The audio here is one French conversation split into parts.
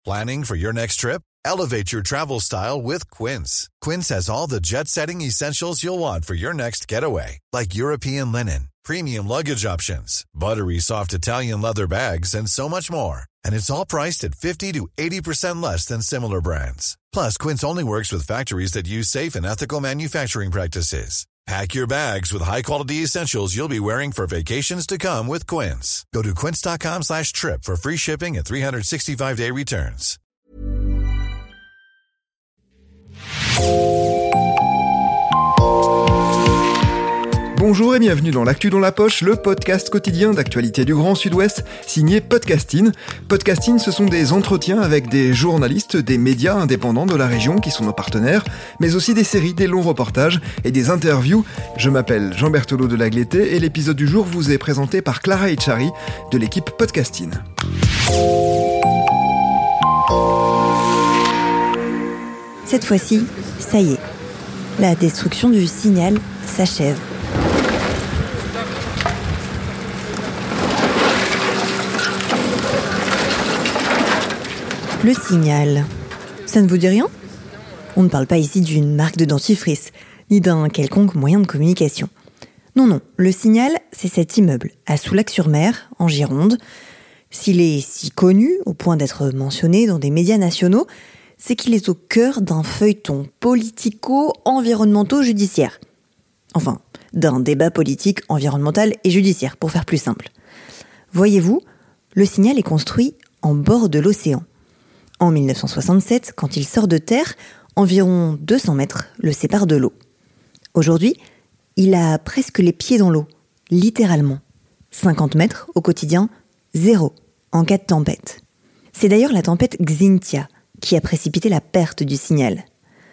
Planning for your next trip? Elevate your travel style with Quince. Quince has all the jet-setting essentials you'll want for your next getaway, like European linen, premium luggage options, buttery soft Italian leather bags, and so much more. And it's all priced at 50 to 80% less than similar brands. Plus, Quince only works with factories that use safe and ethical manufacturing practices. Pack your bags with high-quality essentials you'll be wearing for vacations to come with Quince. Go to quince.com/trip for free shipping and 365-day returns. Bonjour et bienvenue dans l'Actu dans la poche, le podcast quotidien d'actualité du Grand Sud-Ouest, signé Podcasting. Podcasting, ce sont des entretiens avec des journalistes, des médias indépendants de la région qui sont nos partenaires, mais aussi des séries, des longs reportages et des interviews. Je m'appelle Jean Berthelot de Lagleté et l'épisode du jour vous est présenté par Clara Echari de l'équipe Podcasting. Cette fois-ci, ça y est, la destruction du Signal s'achève. Le Signal, ça ne vous dit rien ? On ne parle pas ici d'une marque de dentifrice, ni d'un quelconque moyen de communication. Non, le Signal, c'est cet immeuble à Soulac-sur-Mer, en Gironde. S'il est si connu, au point d'être mentionné dans des médias nationaux, c'est qu'il est au cœur d'un feuilleton politico-environnementaux-judiciaire. Enfin, d'un débat politique, environnemental et judiciaire, pour faire plus simple. Voyez-vous, le Signal est construit en bord de l'océan. En 1967, quand il sort de terre, environ 200 mètres le séparent de l'eau. Aujourd'hui, il a presque les pieds dans l'eau, littéralement. 50 mètres au quotidien, 0 en cas de tempête. C'est d'ailleurs la tempête Xynthia qui a précipité la perte du Signal.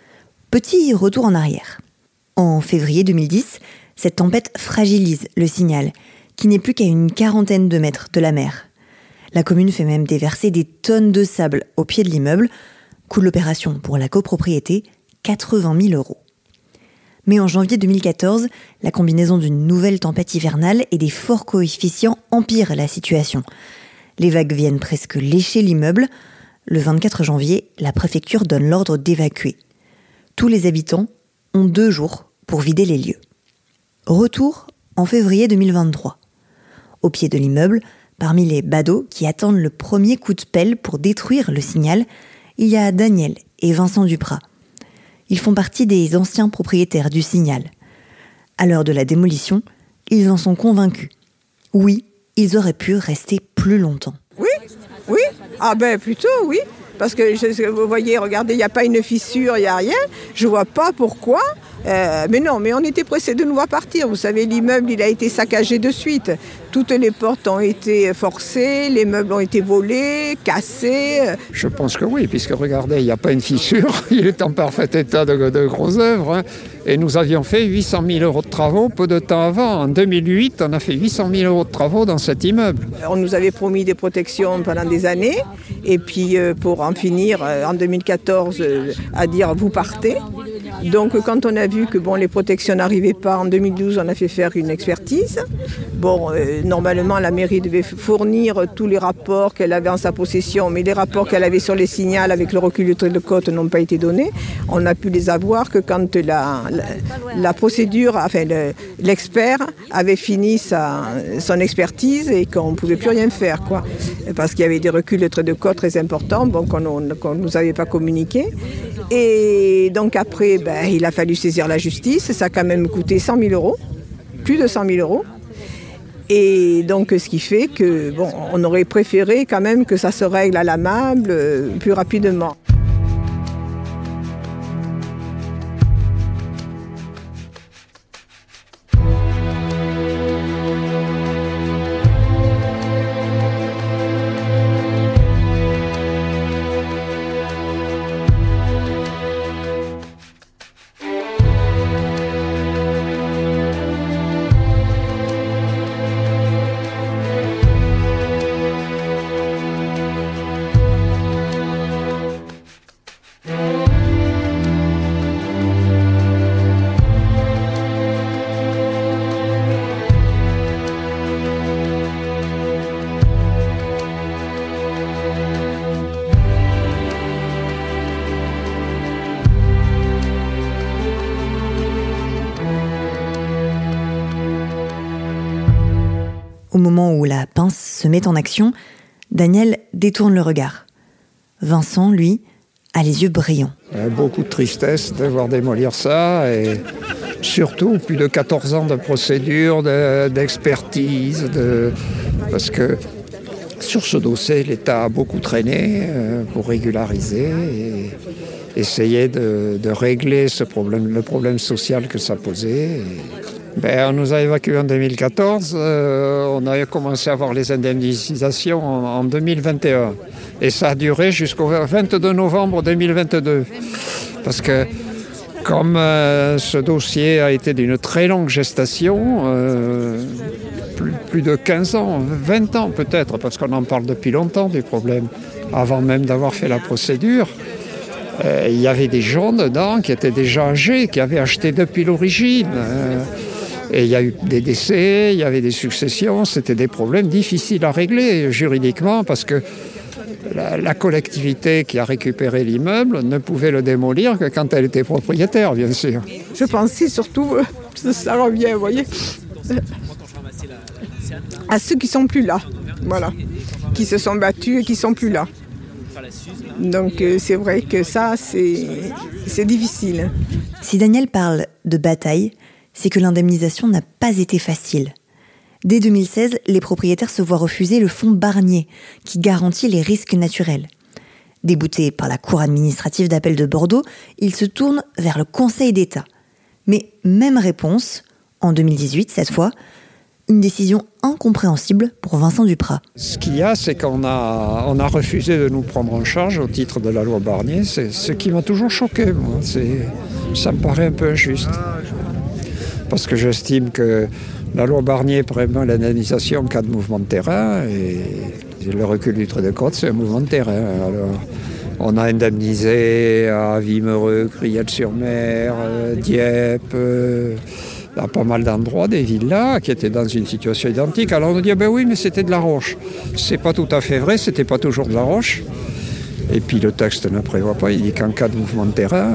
Petit retour en arrière. En février 2010, cette tempête fragilise le Signal, qui n'est plus qu'à une quarantaine de mètres de la mer. La commune fait même déverser des tonnes de sable au pied de l'immeuble. Coût de l'opération pour la copropriété, 80 000 €. Mais en janvier 2014, la combinaison d'une nouvelle tempête hivernale et des forts coefficients empire la situation. Les vagues viennent presque lécher l'immeuble. Le 24 janvier, la préfecture donne l'ordre d'évacuer. Tous les habitants ont 2 jours pour vider les lieux. Retour en février 2023. Au pied de l'immeuble, parmi les badauds qui attendent le premier coup de pelle pour détruire le Signal, il y a Daniel et Vincent Duprat. Ils font partie des anciens propriétaires du Signal. À l'heure de la démolition, ils en sont convaincus. Oui, ils auraient pu rester plus longtemps. Oui, plutôt oui. Parce que vous voyez, regardez, il n'y a pas une fissure, il n'y a rien. Je ne vois pas pourquoi. Mais on était pressés de nous voir partir. Vous savez, l'immeuble, il a été saccagé de suite. Toutes les portes ont été forcées, les meubles ont été volés, cassés. Je pense que oui, puisque regardez, il n'y a pas une fissure. Il est en parfait état de gros œuvres. Et nous avions fait 800 000 € de travaux peu de temps avant. En 2008, on a fait 800 000 € de travaux dans cet immeuble. On nous avait promis des protections pendant des années. Et puis pour en finir, en 2014, à dire vous partez. Donc quand on a vu que les protections n'arrivaient pas, en 2012, on a fait faire une expertise. Normalement, la mairie devait fournir tous les rapports qu'elle avait en sa possession, mais les rapports qu'elle avait sur les signaux avec le recul du trait de côte n'ont pas été donnés. On a pu les avoir que quand la procédure, l'expert avait fini son expertise et qu'on ne pouvait plus rien faire, parce qu'il y avait des reculs de trait de côte très importants qu'on ne nous avait pas communiqués. Et donc après, il a fallu saisir la justice. Ça a quand même coûté 100 000 €, plus de 100 000 €. Et donc, ce qui fait que, on aurait préféré quand même que ça se règle à l'amable plus rapidement. où la pince se met en action, Daniel détourne le regard. Vincent, lui, a les yeux brillants. Beaucoup de tristesse de voir démolir ça et surtout plus de 14 ans de procédure, d'expertise, parce que sur ce dossier, l'État a beaucoup traîné pour régulariser et essayer de régler le problème social que ça posait. On nous a évacués en 2014, on a commencé à avoir les indemnisations en 2021. Et ça a duré jusqu'au 22 novembre 2022. Parce que comme ce dossier a été d'une très longue gestation, plus de 15 ans, 20 ans peut-être, parce qu'on en parle depuis longtemps du problème, avant même d'avoir fait la procédure, il y avait des gens dedans qui étaient déjà âgés, qui avaient acheté depuis l'origine. Et il y a eu des décès, il y avait des successions, c'était des problèmes difficiles à régler juridiquement parce que la collectivité qui a récupéré l'immeuble ne pouvait le démolir que quand elle était propriétaire, bien sûr. Je pensais surtout, ça revient, vous voyez, à ceux qui ne sont plus là, voilà, qui se sont battus et qui ne sont plus là. Donc c'est vrai que ça, c'est difficile. Si Daniel parle de bataille, c'est que l'indemnisation n'a pas été facile. Dès 2016, les propriétaires se voient refuser le fonds Barnier, qui garantit les risques naturels. Déboutés par la Cour administrative d'appel de Bordeaux, ils se tournent vers le Conseil d'État. Mais même réponse, en 2018 cette fois, une décision incompréhensible pour Vincent Duprat. Ce qu'il y a, c'est qu'on a refusé de nous prendre en charge au titre de la loi Barnier. C'est ce qui m'a toujours choqué, moi. Ça me paraît un peu injuste. Parce que j'estime que la loi Barnier prévoit l'indemnisation en cas de mouvement de terrain et le recul du trait de côte, c'est un mouvement de terrain. Alors, on a indemnisé à Wimereux, Criel-sur-Mer, Dieppe, à pas mal d'endroits, des villas qui étaient dans une situation identique. Alors on nous dit, oui, mais c'était de la roche. C'est pas tout à fait vrai, c'était pas toujours de la roche. Et puis le texte ne prévoit pas, il dit qu'en cas de mouvement de terrain,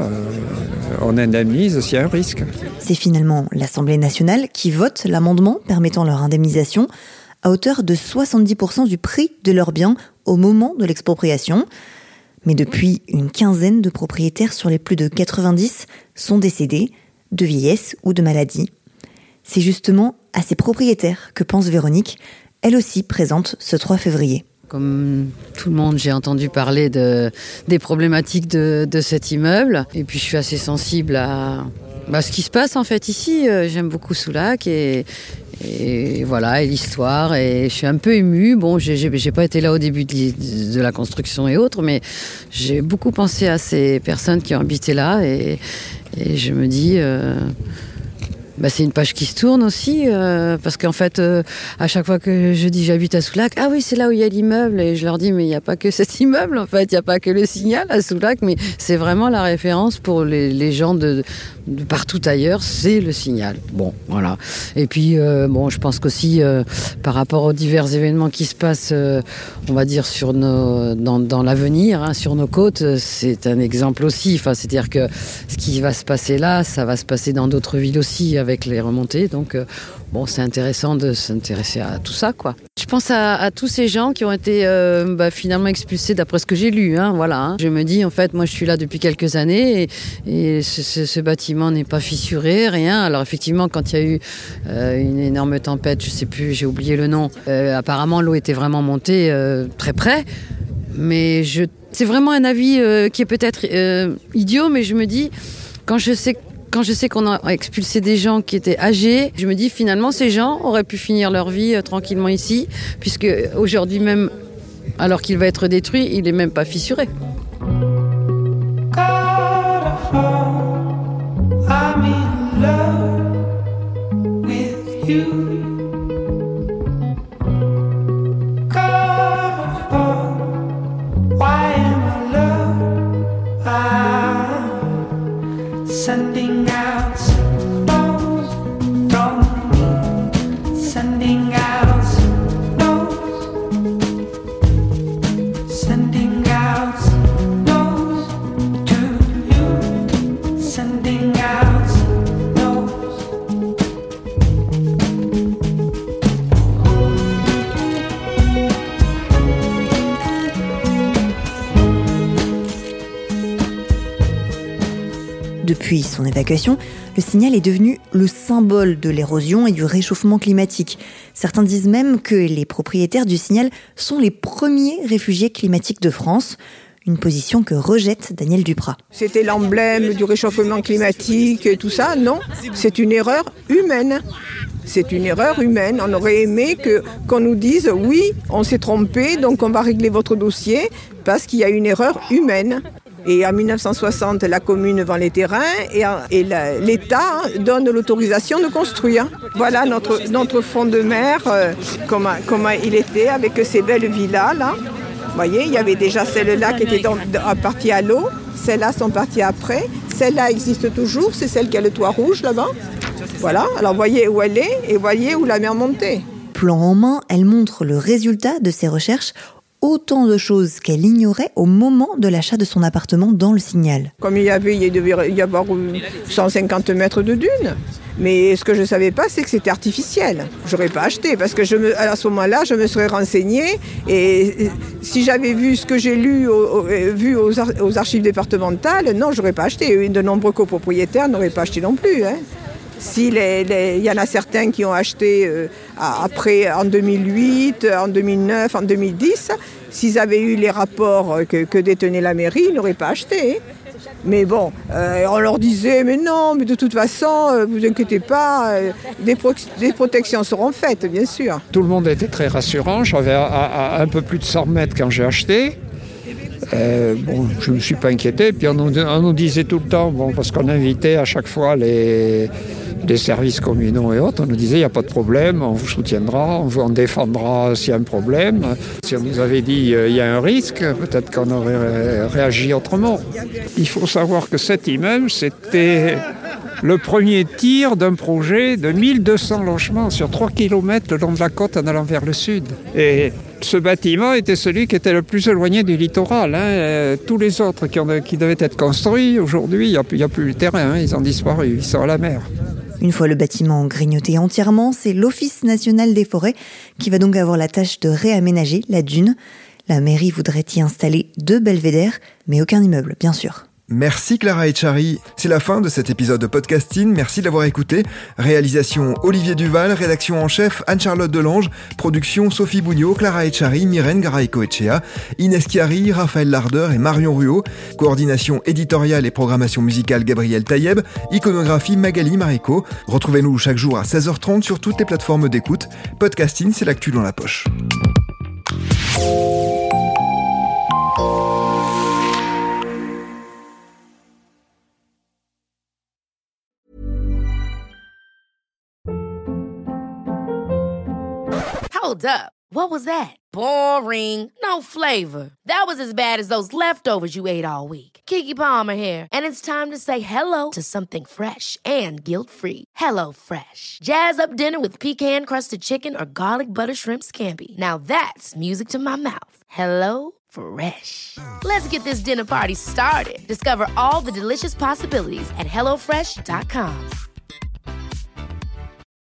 on indemnise s'il y a un risque. C'est finalement l'Assemblée nationale qui vote l'amendement permettant leur indemnisation à hauteur de 70% du prix de leurs biens au moment de l'expropriation. Mais depuis, une quinzaine de propriétaires sur les plus de 90 sont décédés de vieillesse ou de maladie. C'est justement à ces propriétaires que pense Véronique, elle aussi présente ce 3 février. Comme tout le monde, j'ai entendu parler des problématiques de cet immeuble. Et puis je suis assez sensible à ce qui se passe en fait ici. J'aime beaucoup Soulac et voilà, et l'histoire. Et je suis un peu émue. Bon, j'ai pas été là au début de la construction et autres, mais j'ai beaucoup pensé à ces personnes qui ont habité là. Et je me dis... c'est une page qui se tourne aussi, parce qu'en fait, à chaque fois que je dis j'habite à Soulac, ah oui, c'est là où il y a l'immeuble, et je leur dis mais il n'y a pas que cet immeuble, en fait, il n'y a pas que le Signal à Soulac, mais c'est vraiment la référence pour les gens de partout ailleurs, c'est le Signal. Bon, voilà. Et puis, je pense qu'aussi, par rapport aux divers événements qui se passent, on va dire, dans l'avenir, sur nos côtes, c'est un exemple aussi. Enfin, c'est-à-dire que ce qui va se passer là, ça va se passer dans d'autres villes aussi, avec les remontées. Donc, c'est intéressant de s'intéresser à tout ça, quoi. Je pense à tous ces gens qui ont été finalement expulsés d'après ce que j'ai lu. Voilà. Je me dis, en fait, moi, je suis là depuis quelques années et ce bâtiment n'est pas fissuré, rien. Alors, effectivement, quand il y a eu une énorme tempête, je sais plus, j'ai oublié le nom, apparemment, l'eau était vraiment montée très près. Mais c'est vraiment un avis qui est peut-être idiot, mais je me dis, quand je sais qu'on a expulsé des gens qui étaient âgés, je me dis finalement ces gens auraient pu finir leur vie tranquillement ici, puisque aujourd'hui même, alors qu'il va être détruit, il n'est même pas fissuré. Sending out snows from me, sending out snows, sending out Depuis son évacuation, le Signal est devenu le symbole de l'érosion et du réchauffement climatique. Certains disent même que les propriétaires du Signal sont les premiers réfugiés climatiques de France. Une position que rejette Daniel Duprat. C'était l'emblème du réchauffement climatique et tout ça. Non, c'est une erreur humaine. C'est une erreur humaine. On aurait aimé qu'on nous dise « oui, on s'est trompé, donc on va régler votre dossier parce qu'il y a une erreur humaine ». Et en 1960, la commune vend les terrains et l'État donne l'autorisation de construire. Voilà notre front de mer, comment il était avec ces belles villas là. Vous voyez, il y avait déjà celles-là qui étaient parties à l'eau, celles-là sont parties après, celle-là existe toujours, c'est celle qui a le toit rouge là-bas. Voilà, alors voyez où elle est et voyez où la mer montait. Plan en main, elle montre le résultat de ses recherches. Autant de choses qu'elle ignorait au moment de l'achat de son appartement dans le Signal. Comme il devait y avoir 150 mètres de dunes. Mais ce que je ne savais pas, c'est que c'était artificiel. Je n'aurais pas acheté parce que à ce moment-là, je me serais renseignée. Et si j'avais vu ce que j'ai lu aux archives départementales, non, je n'aurais pas acheté. De nombreux copropriétaires n'auraient pas acheté non plus. Il y en a certains qui ont acheté après, en 2008, en 2009, en 2010, s'ils avaient eu les rapports que détenait la mairie, ils n'auraient pas acheté. Mais bon, on leur disait, mais non, mais de toute façon, vous inquiétez pas, des protections seront faites, bien sûr. Tout le monde était très rassurant. J'avais un peu plus de 100 mètres quand j'ai acheté. Je ne me suis pas inquiété. Puis on nous disait tout le temps, parce qu'on invitait à chaque fois les services communaux et autres, on nous disait il n'y a pas de problème, on vous soutiendra, on vous défendra s'il y a un problème. Si on nous avait dit il y a un risque, peut-être qu'on aurait réagi autrement. Il faut savoir que cet immeuble, c'était le premier tir d'un projet de 1200 logements sur 3 km le long de la côte en allant vers le sud. Et ce bâtiment était celui qui était le plus éloigné du littoral. Tous les autres qui devaient être construits, aujourd'hui, il n'y a plus le terrain, ils ont disparu, ils sont à la mer. Une fois le bâtiment grignoté entièrement, c'est l'Office national des forêts qui va donc avoir la tâche de réaménager la dune. La mairie voudrait y installer 2 belvédères, mais aucun immeuble, bien sûr. Merci Clara Etchari. C'est la fin de cet épisode de Podcasting. Merci de l'avoir écouté. Réalisation Olivier Duval, rédaction en chef Anne-Charlotte Delange, production Sophie Bougnot, Clara Etchari, Myrène Garay-Coetchea, Inès Chiari, Raphaël Larder et Marion Ruot, coordination éditoriale et programmation musicale Gabriel Taïeb, iconographie Magali Marico. Retrouvez-nous chaque jour à 16h30 sur toutes les plateformes d'écoute. Podcasting, c'est l'actu dans la poche. Hold up. What was that? Boring. No flavor. That was as bad as those leftovers you ate all week. Keke Palmer here, and it's time to say hello to something fresh and guilt-free. Hello Fresh. Jazz up dinner with pecan-crusted chicken or garlic butter shrimp scampi. Now that's music to my mouth. Hello Fresh. Let's get this dinner party started. Discover all the delicious possibilities at HelloFresh.com.